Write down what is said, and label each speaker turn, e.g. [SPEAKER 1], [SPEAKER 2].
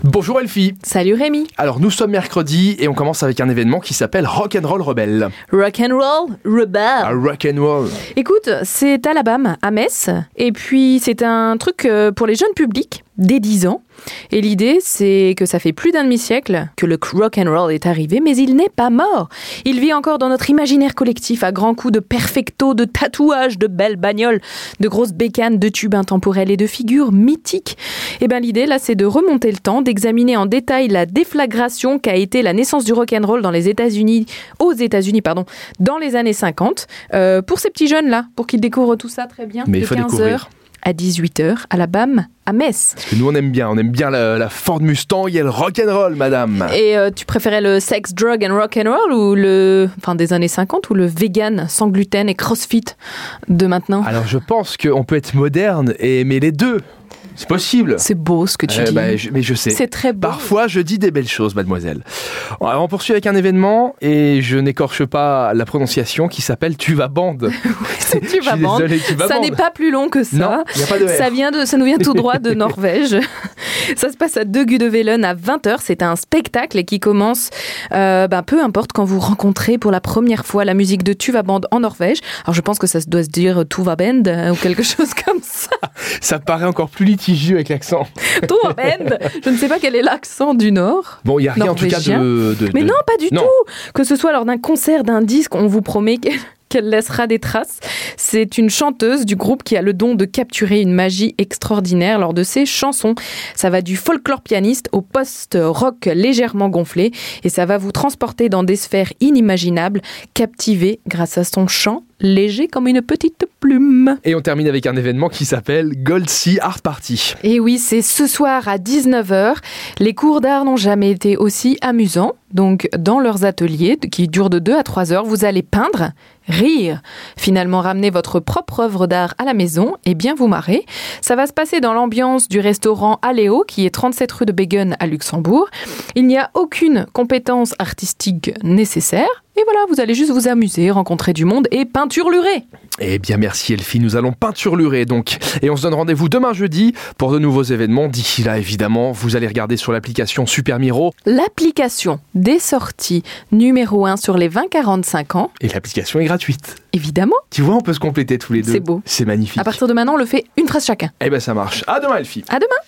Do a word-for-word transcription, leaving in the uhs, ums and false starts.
[SPEAKER 1] Bonjour Elfie.
[SPEAKER 2] Salut Rémi.
[SPEAKER 1] Alors nous sommes mercredi et on commence avec un événement qui s'appelle Rock'n'Roll Rebelle.
[SPEAKER 2] Rock'n'Roll Rebelle.
[SPEAKER 1] Ah, Rock'n'Roll.
[SPEAKER 2] Écoute, c'est à Alabama, à Metz, et puis c'est un truc pour les jeunes publics dès dix ans. Et l'idée, c'est que ça fait plus d'un demi-siècle que le rock'n'roll est arrivé, mais il n'est pas mort. Il vit encore dans notre imaginaire collectif à grands coups de perfecto, de tatouages, de belles bagnoles, de grosses bécanes, de tubes intemporels et de figures mythiques. Et bien l'idée, là, c'est de remonter le temps, d'examiner en détail la déflagration qu'a été la naissance du rock'n'roll dans les États-Unis, aux États-Unis, pardon, dans les années cinquante, euh, pour ces petits jeunes-là, pour qu'ils découvrent tout ça très bien.
[SPEAKER 1] Mais il
[SPEAKER 2] de
[SPEAKER 1] faut
[SPEAKER 2] quinze
[SPEAKER 1] découvrir.
[SPEAKER 2] heures à dix-huit heures, à Alabama, à Metz.
[SPEAKER 1] Parce que nous on aime bien, on aime bien la, la Ford Mustang et le rock'n'roll, madame.
[SPEAKER 2] Et euh, tu préférais le sex, drug and rock'n'roll ou le, enfin des années cinquante, ou le vegan sans gluten et crossfit de maintenant?
[SPEAKER 1] Alors je pense qu'on peut être moderne et aimer les deux. C'est possible.
[SPEAKER 2] C'est beau ce que tu
[SPEAKER 1] Euh,
[SPEAKER 2] dis.
[SPEAKER 1] bah, je- mais je sais.
[SPEAKER 2] C'est très beau.
[SPEAKER 1] Parfois, je dis des belles choses, mademoiselle. Alors, on poursuit avec un événement, et je n'écorche pas la prononciation, qui s'appelle Tuva Band.
[SPEAKER 2] tu
[SPEAKER 1] Je
[SPEAKER 2] vas
[SPEAKER 1] suis
[SPEAKER 2] vendre.
[SPEAKER 1] désolé, Tuva
[SPEAKER 2] Ça
[SPEAKER 1] Band.
[SPEAKER 2] n'est pas plus long que ça.
[SPEAKER 1] Non, il n'y a pas de R.
[SPEAKER 2] Ça, vient de, ça nous vient tout droit de Norvège. Ça se passe à De Gudevelen à vingt heures. C'est un spectacle qui commence, euh, ben, peu importe, quand vous rencontrez pour la première fois la musique de Tuva Band en Norvège. Alors je pense que ça doit se dire Tuva Band euh, ou quelque chose comme ça.
[SPEAKER 1] Ça paraît encore plus litigieux avec l'accent.
[SPEAKER 2] Tuva Band. Je ne sais pas quel est l'accent du Nord.
[SPEAKER 1] Bon, il n'y a rien en tout cas
[SPEAKER 2] Norvégien.
[SPEAKER 1] de... de-
[SPEAKER 2] Mais
[SPEAKER 1] de-
[SPEAKER 2] non, pas du
[SPEAKER 1] Non.
[SPEAKER 2] tout. Que ce soit lors d'un concert, d'un disque, on vous promet qu'elle qu'elle laissera des traces. C'est une chanteuse du groupe qui a le don de capturer une magie extraordinaire lors de ses chansons. Ça va du folklore pianiste au post-rock légèrement gonflé et ça va vous transporter dans des sphères inimaginables, captivé grâce à son chant léger comme une petite plume.
[SPEAKER 1] Et on termine avec un événement qui s'appelle Gold Sea Art Party.
[SPEAKER 2] Et oui, c'est ce soir à dix-neuf heures. Les cours d'art n'ont jamais été aussi amusants. Donc, dans leurs ateliers, qui durent de deux à trois heures, vous allez peindre, rire, finalement ramener votre propre œuvre d'art à la maison et bien vous marrer. Ça va se passer dans l'ambiance du restaurant Aléo, qui est trente-sept rue de Bégun à Luxembourg. Il n'y a aucune compétence artistique nécessaire. Et voilà, vous allez juste vous amuser, rencontrer du monde et peinturlurer.
[SPEAKER 1] Eh bien merci Elfie, nous allons peinturlurer donc. Et on se donne rendez-vous demain jeudi pour de nouveaux événements. D'ici là évidemment, vous allez regarder sur l'application Super Miro.
[SPEAKER 2] L'application des sorties numéro un sur les vingt quarante-cinq ans,
[SPEAKER 1] Et l'application est gratuite.
[SPEAKER 2] évidemment.
[SPEAKER 1] Tu vois, on peut se compléter tous les deux.
[SPEAKER 2] C'est beau.
[SPEAKER 1] C'est magnifique.
[SPEAKER 2] À partir de maintenant, on le fait une phrase chacun.
[SPEAKER 1] Eh ben ça marche. À demain Elfie.
[SPEAKER 2] À demain.